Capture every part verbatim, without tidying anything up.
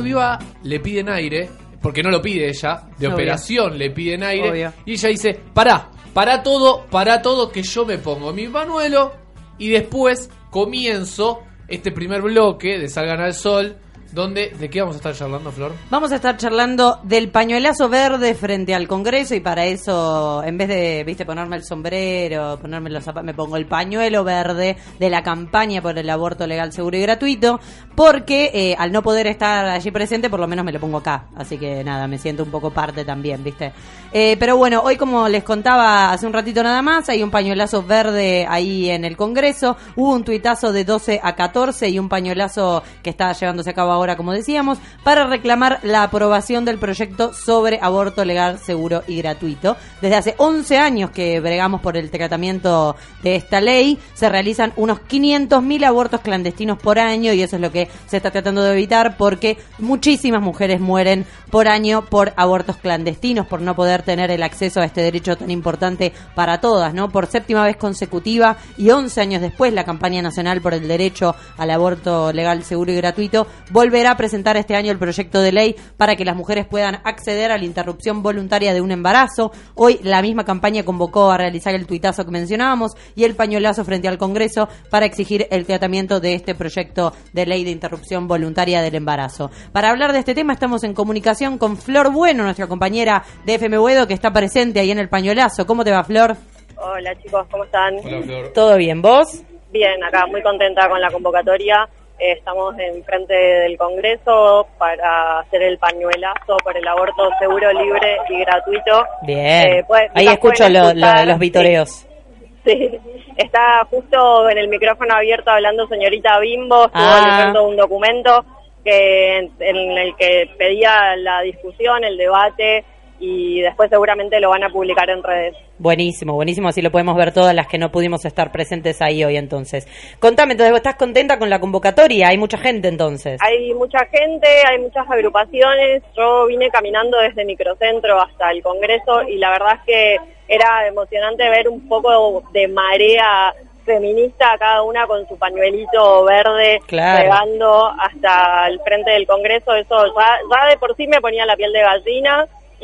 piba le piden aire, porque no lo pide ella, de Obvio. operación le piden aire, Obvio. y ella dice, pará, pará todo, pará todo que yo me pongo mi pañuelo y después comienzo este primer bloque de Salgan al Sol, donde, ¿de qué vamos a estar charlando, Flor? Vamos a estar charlando del pañuelazo verde frente al Congreso, y para eso, en vez de, viste, ponerme el sombrero, ponerme los zapatos, me pongo el pañuelo verde de la campaña por el aborto legal, seguro y gratuito, porque eh, al no poder estar allí presente, por lo menos me lo pongo acá, así que nada, me siento un poco parte también, viste. Eh, pero bueno, hoy, como les contaba hace un ratito nada más, hay un pañuelazo verde ahí en el Congreso, hubo un tuitazo de doce a catorce y un pañuelazo que está llevándose a cabo ahora, como decíamos, para reclamar la aprobación del proyecto sobre aborto legal, seguro y gratuito. Desde hace once años que bregamos por el tratamiento de esta ley, se realizan unos quinientos mil abortos clandestinos por año, y eso es lo que se está tratando de evitar, porque muchísimas mujeres mueren por año por abortos clandestinos, por no poder tener el acceso a este derecho tan importante para todas, ¿no? Por séptima vez consecutiva y once años después, la campaña nacional por el derecho al aborto legal, seguro y gratuito volverá a presentar este año el proyecto de ley para que las mujeres puedan acceder a la interrupción voluntaria de un embarazo. Hoy la misma campaña convocó a realizar el tuitazo que mencionábamos y el pañuelazo frente al Congreso para exigir el tratamiento de este proyecto de ley de interrupción voluntaria del embarazo. Para hablar de este tema estamos en comunicación con Flor Bueno, nuestra compañera de F M Boedo, que está presente ahí en el pañuelazo. ¿Cómo te va, Flor? Hola, chicos, ¿cómo están? Hola, Flor. ¿Todo bien? ¿Vos? Bien, acá muy contenta con la convocatoria. Eh, estamos en frente del Congreso para hacer el pañuelazo por el aborto seguro, libre y gratuito. Bien, eh, pues, ahí escucho lo, lo, los vitoreos. Sí. sí, está justo en el micrófono abierto hablando señorita Bimbo, estuvo Ah. leyendo un documento que en el que pedía la discusión, el debate, y después seguramente lo van a publicar en redes. Buenísimo, buenísimo, así lo podemos ver todas las que no pudimos estar presentes ahí hoy entonces. Contame, entonces, ¿estás contenta con la convocatoria? ¿Hay mucha gente entonces? Hay mucha gente, hay muchas agrupaciones. Yo vine caminando desde Microcentro hasta el Congreso y la verdad es que era emocionante ver un poco de marea feminista, cada una con su pañuelito verde, claro, llegando hasta el frente del Congreso. Eso ya, ya de por sí me ponía la piel de gallina.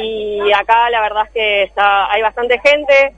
Y acá la verdad es que está, hay bastante gente,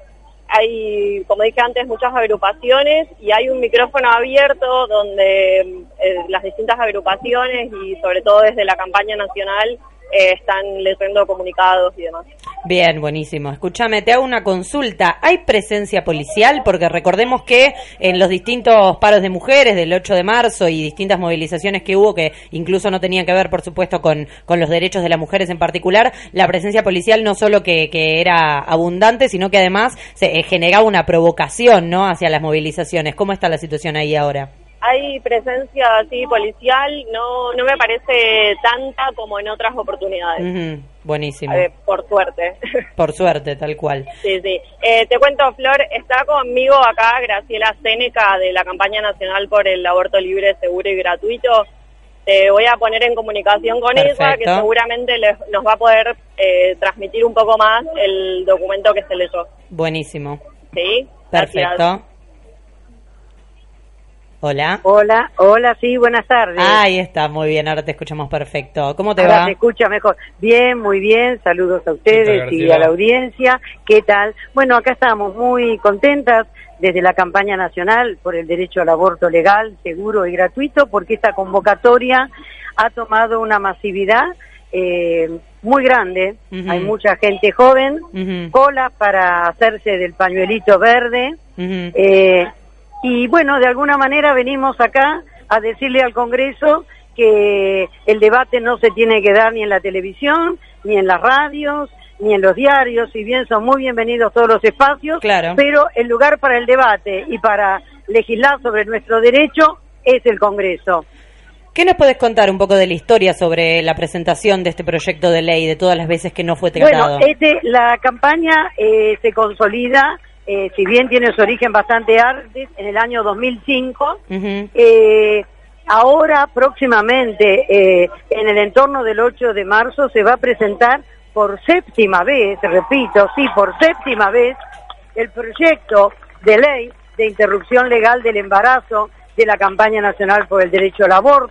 hay, como dije antes, muchas agrupaciones y hay un micrófono abierto donde eh, las distintas agrupaciones y sobre todo desde la campaña nacional eh, están leyendo comunicados y demás. Bien, buenísimo. Escúchame, te hago una consulta. ¿Hay presencia policial? Porque recordemos que en los distintos paros de mujeres del ocho de marzo y distintas movilizaciones que hubo, que incluso no tenían que ver, por supuesto, con, con los derechos de las mujeres en particular, la presencia policial no solo que, que era abundante, sino que además se eh, generaba una provocación, ¿no?, hacia las movilizaciones. ¿Cómo está la situación ahí ahora? Hay presencia, sí, policial, no no me parece tanta como en otras oportunidades. Uh-huh. Buenísimo. Eh, por suerte. Por suerte, tal cual. Sí, sí. Eh, te cuento, Flor, está conmigo acá Graciela Séneca de la campaña nacional por el aborto libre, seguro y gratuito. Te voy a poner en comunicación con Perfecto. ella, que seguramente les, nos va a poder eh, transmitir un poco más el documento que se leyó. Buenísimo. Sí. Perfecto. Gracias. Hola. Hola, hola, sí, buenas tardes. Ahí está, muy bien, ahora te escuchamos perfecto. ¿Cómo te ahora va? te escucha mejor. Bien, muy bien, saludos a ustedes tal, y a la audiencia. ¿Qué tal? Bueno, acá estamos muy contentas desde la campaña nacional por el derecho al aborto legal, seguro y gratuito, porque esta convocatoria ha tomado una masividad eh, muy grande. Uh-huh. Hay mucha gente joven, uh-huh. cola para hacerse del pañuelito verde. Uh-huh. eh, Y bueno, de alguna manera venimos acá a decirle al Congreso que el debate no se tiene que dar ni en la televisión, ni en las radios, ni en los diarios, si bien son muy bienvenidos todos los espacios, claro, pero el lugar para el debate y para legislar sobre nuestro derecho es el Congreso. ¿Qué nos podés contar un poco de la historia sobre la presentación de este proyecto de ley, de todas las veces que no fue tratado? Bueno, este, la campaña eh, se consolida. Eh, si bien tiene su origen bastante antes, en el año dos mil cinco, uh-huh. eh, ahora próximamente, eh, en el entorno del ocho de marzo, se va a presentar por séptima vez, repito, sí, por séptima vez, el proyecto de ley de interrupción legal del embarazo de la campaña nacional por el derecho al aborto,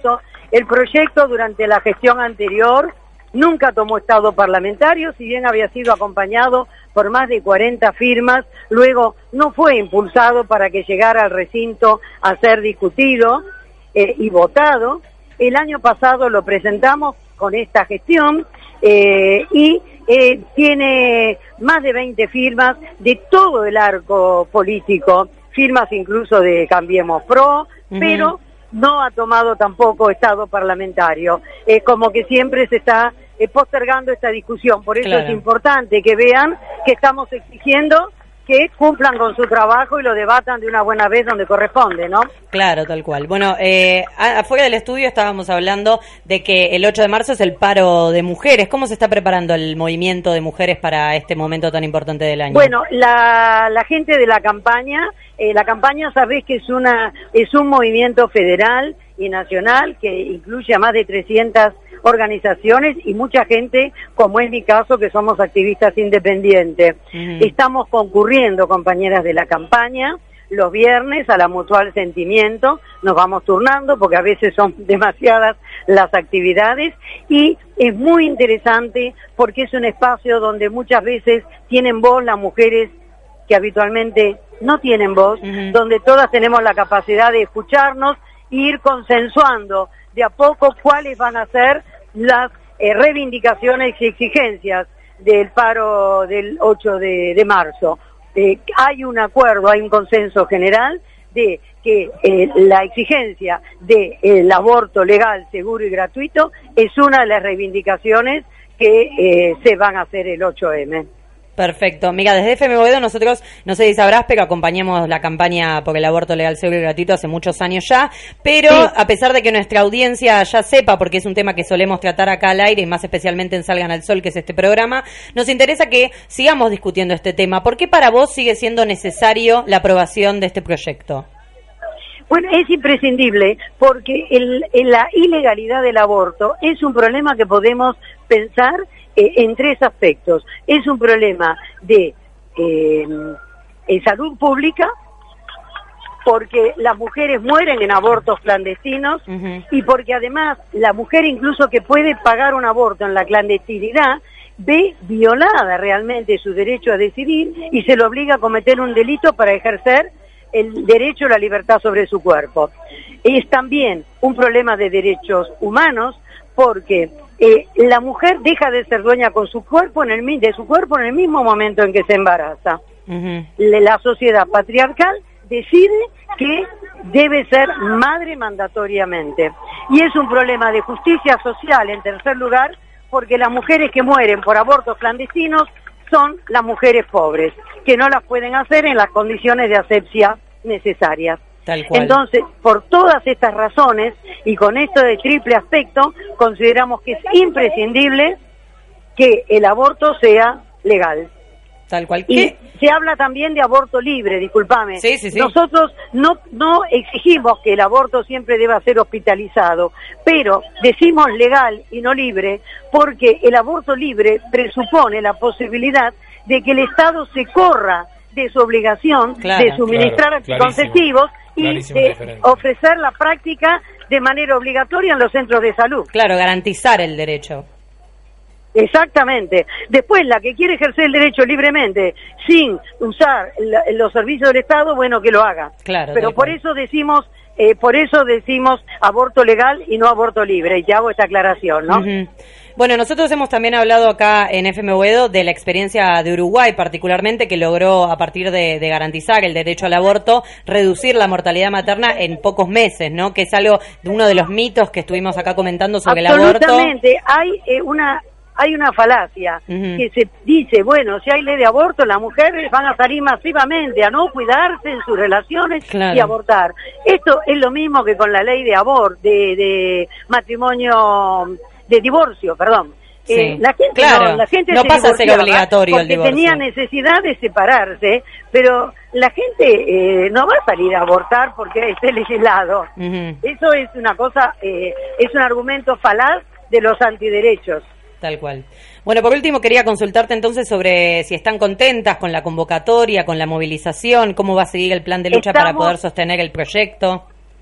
el proyecto durante la gestión anterior nunca tomó estado parlamentario, si bien había sido acompañado por más de cuarenta firmas, luego no fue impulsado para que llegara al recinto a ser discutido eh, y votado. El año pasado lo presentamos con esta gestión eh, y eh, tiene más de veinte firmas de todo el arco político, firmas incluso de Cambiemos Pro, uh-huh. pero no ha tomado tampoco estado parlamentario. Es eh, como que siempre se está eh, postergando esta discusión. Por eso claro. es importante que vean que estamos exigiendo que cumplan con su trabajo y lo debatan de una buena vez donde corresponde, ¿no? Claro, tal cual. Bueno, eh, afuera del estudio estábamos hablando de que el ocho de marzo es el paro de mujeres. ¿Cómo se está preparando el movimiento de mujeres para este momento tan importante del año? Bueno, la, la gente de la campaña, eh, la campaña sabés que es una es un movimiento federal y nacional que incluye a más de trescientas organizaciones y mucha gente, como es mi caso, que somos activistas independientes. Uh-huh. Estamos concurriendo, compañeras de la campaña, los viernes a la Mutual Sentimiento, nos vamos turnando porque a veces son demasiadas las actividades y es muy interesante porque es un espacio donde muchas veces tienen voz las mujeres que habitualmente no tienen voz, uh-huh. donde todas tenemos la capacidad de escucharnos e ir consensuando de a poco cuáles van a ser las eh, reivindicaciones y exigencias del paro del ocho de marzo. Eh, hay un acuerdo, hay un consenso general de que eh, la exigencia del de, aborto legal, seguro y gratuito es una de las reivindicaciones que eh, se van a hacer el ocho eme. Perfecto. Mira, desde F M Boedo nosotros, no sé si sabrás, pero acompañamos la campaña por el aborto legal, seguro y gratuito hace muchos años ya, pero sí. a pesar de que nuestra audiencia ya sepa, porque es un tema que solemos tratar acá al aire, y más especialmente en Salgan al Sol, que es este programa, nos interesa que sigamos discutiendo este tema. ¿Por qué para vos sigue siendo necesario la aprobación de este proyecto? Bueno, es imprescindible porque el, el, la ilegalidad del aborto es un problema que podemos pensar eh, en tres aspectos. Es un problema de eh, en salud pública, porque las mujeres mueren en abortos clandestinos, uh-huh. y porque además la mujer incluso que puede pagar un aborto en la clandestinidad ve violada realmente su derecho a decidir y se le obliga a cometer un delito para ejercer el derecho a la libertad sobre su cuerpo. Es también un problema de derechos humanos porque eh, la mujer deja de ser dueña con su cuerpo en el de su cuerpo en el mismo momento en que se embaraza. Uh-huh. La sociedad patriarcal decide que debe ser madre mandatoriamente. Y es un problema de justicia social, en tercer lugar, porque las mujeres que mueren por abortos clandestinos son las mujeres pobres, que no las pueden hacer en las condiciones de asepsia necesarias. Tal cual. Entonces, por todas estas razones, y con esto de triple aspecto, consideramos que es imprescindible que el aborto sea legal. Tal cual. Y se habla también de aborto libre, discúlpame. Sí, sí, sí. Nosotros no no exigimos que el aborto siempre deba ser hospitalizado, pero decimos legal y no libre porque el aborto libre presupone la posibilidad de que el Estado se corra de su obligación claro, de suministrar claro, anticonceptivos y de ofrecer la práctica de manera obligatoria en los centros de salud. Claro, garantizar el derecho. Exactamente. Después, la que quiere ejercer el derecho libremente, sin usar la, los servicios del Estado, bueno, que lo haga. Claro. Pero por eso decimos, eh, por eso decimos aborto legal y no aborto libre. Y te hago esta aclaración, ¿no? Uh-huh. Bueno, nosotros hemos también hablado acá en F M Boedo de la experiencia de Uruguay, particularmente, que logró, a partir de, de garantizar el derecho al aborto, reducir la mortalidad materna en pocos meses, ¿no? Que es algo de uno de los mitos que estuvimos acá comentando sobre el aborto. Absolutamente. Hay eh, una... Hay una falacia uh-huh. que se dice, bueno, si hay ley de aborto, las mujeres van a salir masivamente a no cuidarse en sus relaciones claro. y abortar. Esto es lo mismo que con la ley de aborto, de, de matrimonio, de divorcio, perdón. Sí. Eh, la gente claro. no, la gente no se pasa a ser obligatorio el divorcio. Tenía necesidad de separarse, pero la gente eh, no va a salir a abortar porque esté legislado. Uh-huh. Eso es una cosa, eh, es un argumento falaz de los antiderechos. Tal cual. Bueno, por último quería consultarte entonces sobre si están contentas con la convocatoria, con la movilización, cómo va a seguir el plan de lucha Estamos... para poder sostener el proyecto.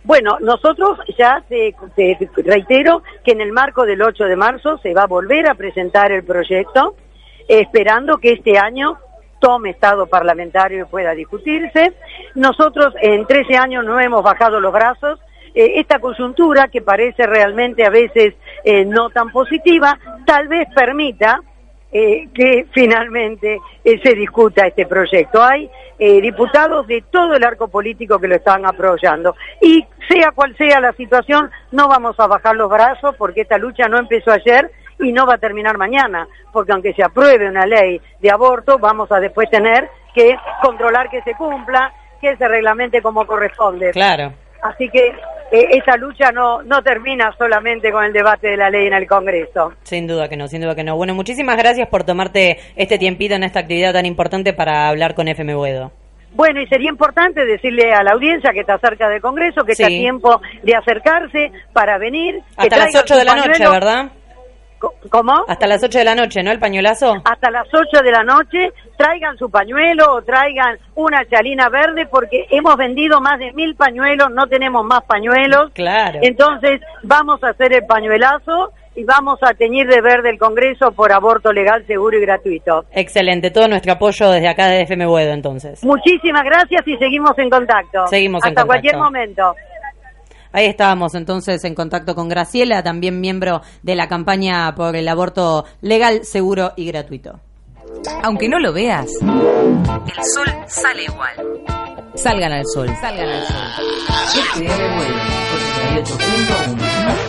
Bueno, nosotros ya te, te reitero que en el marco del ocho de marzo se va a volver a presentar el proyecto, eh, esperando que este año tome estado parlamentario y pueda discutirse. Nosotros en trece años no hemos bajado los brazos. Eh, esta coyuntura, que parece realmente a veces eh, no tan positiva, tal vez permita eh, que finalmente eh, se discuta este proyecto. Hay eh, diputados de todo el arco político que lo están apoyando. Y sea cual sea la situación, no vamos a bajar los brazos, porque esta lucha no empezó ayer y no va a terminar mañana, porque aunque se apruebe una ley de aborto, vamos a después tener que controlar que se cumpla, que se reglamente como corresponde. Claro. Así que eh, esta lucha no no termina solamente con el debate de la ley en el Congreso. Sin duda que no, sin duda que no. Bueno, muchísimas gracias por tomarte este tiempito en esta actividad tan importante para hablar con F M Boedo. Bueno, y sería importante decirle a la audiencia que está cerca del Congreso que sí, está a tiempo de acercarse para venir. Hasta las ocho de la noche, ¿verdad? ¿Cómo? Hasta las ocho de la noche, ¿no? El pañuelazo. Hasta las ocho de la noche, traigan su pañuelo o traigan una chalina verde, porque hemos vendido más de mil pañuelos, no tenemos más pañuelos. Claro. Entonces vamos a hacer el pañuelazo y vamos a teñir de verde el Congreso por aborto legal, seguro y gratuito. Excelente, todo nuestro apoyo desde acá de F M Boedo, entonces. Muchísimas gracias y seguimos en contacto. Seguimos en Hasta contacto. cualquier momento. Ahí estábamos entonces en contacto con Graciela, también miembro de la campaña por el aborto legal, seguro y gratuito. Aunque no lo veas, el sol sale igual. Salgan al sol, salgan al sol. F M Boedo, ochenta y ocho punto uno.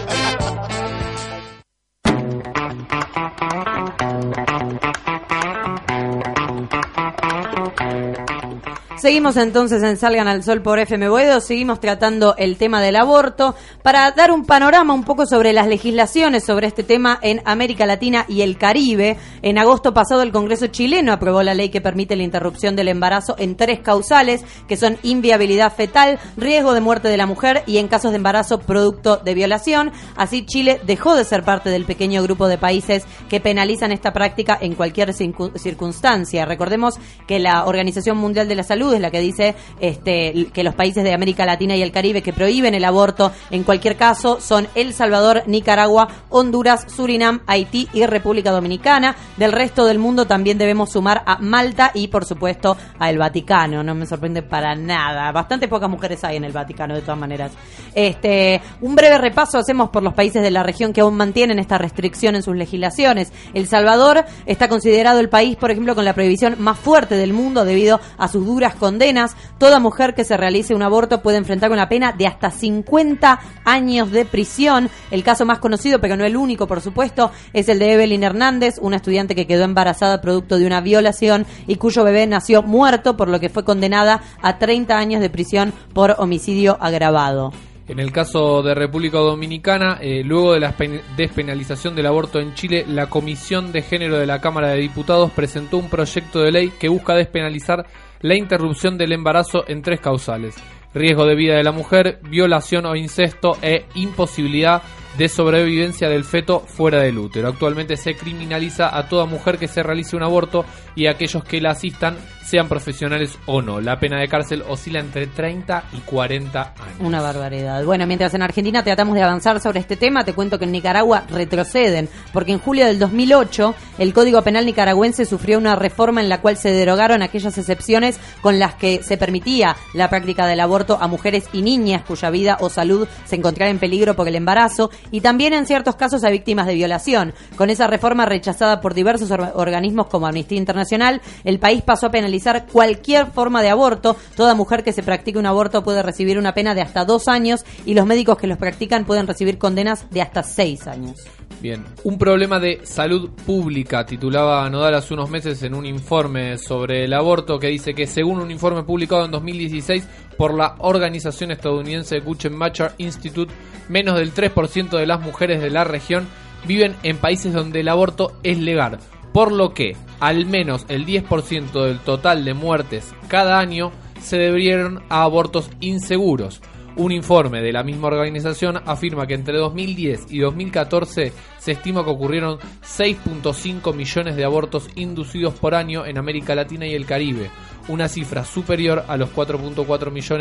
Seguimos entonces en Salgan al Sol por F M Boedo, seguimos tratando el tema del aborto para dar un panorama un poco sobre las legislaciones sobre este tema en América Latina y el Caribe. En agosto pasado el Congreso chileno aprobó la ley que permite la interrupción del embarazo en tres causales, que son inviabilidad fetal, riesgo de muerte de la mujer y en casos de embarazo producto de violación. Así Chile dejó de ser parte del pequeño grupo de países que penalizan esta práctica en cualquier circunstancia. Recordemos que la Organización Mundial de la Salud es la que dice este, que los países de América Latina y el Caribe que prohíben el aborto en cualquier caso son El Salvador, Nicaragua, Honduras, Surinam, Haití y República Dominicana. Del resto del mundo también debemos sumar a Malta y, por supuesto, a el Vaticano. No me sorprende para nada. Bastante pocas mujeres hay en el Vaticano, de todas maneras. Este, un breve repaso hacemos por los países de la región que aún mantienen esta restricción en sus legislaciones. El Salvador está considerado el país, por ejemplo, con la prohibición más fuerte del mundo debido a sus duras condenas. Toda mujer que se realice un aborto puede enfrentar una pena de hasta cincuenta años de prisión. El caso más conocido, pero no el único, por supuesto, es el de Evelyn Hernández, una estudiante que quedó embarazada producto de una violación y cuyo bebé nació muerto, por lo que fue condenada a treinta años de prisión por homicidio agravado. En el caso de República Dominicana, eh, luego de la despenalización del aborto en Chile, la Comisión de Género de la Cámara de Diputados presentó un proyecto de ley que busca despenalizar la interrupción del embarazo en tres causales: riesgo de vida de la mujer, violación o incesto e imposibilidad de sobrevivencia del feto fuera del útero. Actualmente se criminaliza a toda mujer que se realice un aborto y a aquellos que la asistan, sean profesionales o no. La pena de cárcel oscila entre treinta y cuarenta años. Una barbaridad. Bueno, mientras en Argentina tratamos de avanzar sobre este tema, te cuento que en Nicaragua retroceden, porque en julio del dos mil ocho el Código Penal nicaragüense sufrió una reforma en la cual se derogaron aquellas excepciones con las que se permitía la práctica del aborto a mujeres y niñas cuya vida o salud se encontrara en peligro por el embarazo, y también en ciertos casos a víctimas de violación. Con esa reforma rechazada por diversos or- organismos como Amnistía Internacional, el país pasó a penalizar cualquier forma de aborto. Toda mujer que se practique un aborto puede recibir una pena de hasta dos años y los médicos que los practican pueden recibir condenas de hasta seis años. Bien, un problema de salud pública, titulaba Nodal hace unos meses en un informe sobre el aborto, que dice que según un informe publicado en dos mil dieciséis por la organización estadounidense Guttmacher Institute, menos del tres por ciento de las mujeres de la región viven en países donde el aborto es legal, por lo que al menos el diez por ciento del total de muertes cada año se debieron a abortos inseguros. Un informe de la misma organización afirma que entre dos mil diez y dos mil catorce se estima que ocurrieron seis punto cinco millones de abortos inducidos por año en América Latina y el Caribe, una cifra superior a los cuatro punto cuatro millones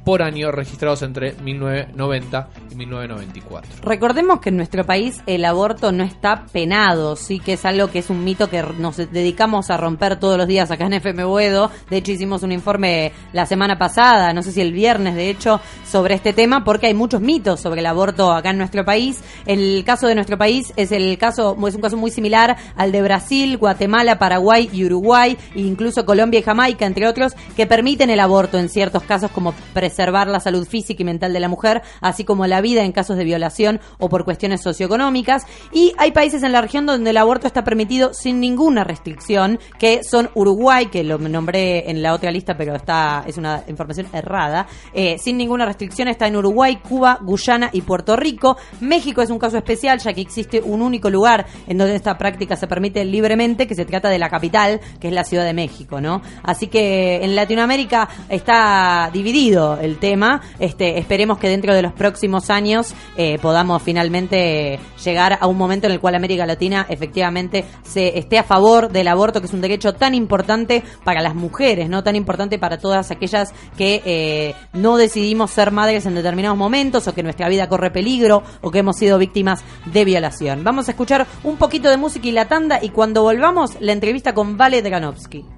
por año registrados entre mil novecientos noventa y mil novecientos noventa y cuatro. Recordemos que en nuestro país el aborto no está penado, sí, que es algo que es un mito que nos dedicamos a romper todos los días acá en F M Boedo. De hecho hicimos un informe la semana pasada, no sé si el viernes de hecho, sobre este tema, porque hay muchos mitos sobre el aborto acá en nuestro país. El caso de nuestro país es el caso es un caso muy similar al de Brasil, Guatemala, Paraguay y Uruguay, e incluso Colombia y Jamaica, entre otros, que permiten el aborto en ciertos casos, como preservar la salud física y mental de la mujer, así como la vida en casos de violación o por cuestiones socioeconómicas. Y hay países en la región donde el aborto está permitido sin ninguna restricción, que son Uruguay, que lo nombré en la otra lista, pero está es una información errada, eh, sin ninguna restricción está en Uruguay, Cuba, Guyana y Puerto Rico. México es un caso especial, ya que existe un único lugar en donde esta práctica se permite libremente, que se trata de la capital, que es la Ciudad de México, ¿no? Así que en Latinoamérica está dividido el tema. Este, esperemos que dentro de los próximos años eh, podamos finalmente llegar a un momento en el cual América Latina efectivamente se esté a favor del aborto, que es un derecho tan importante para las mujeres, no tan importante para todas aquellas que eh, no decidimos ser madres en determinados momentos, o que nuestra vida corre peligro, o que hemos sido víctimas de violación. Vamos a escuchar un poquito de música y la tanda, y cuando volvamos, la entrevista con Vale Dranovsky.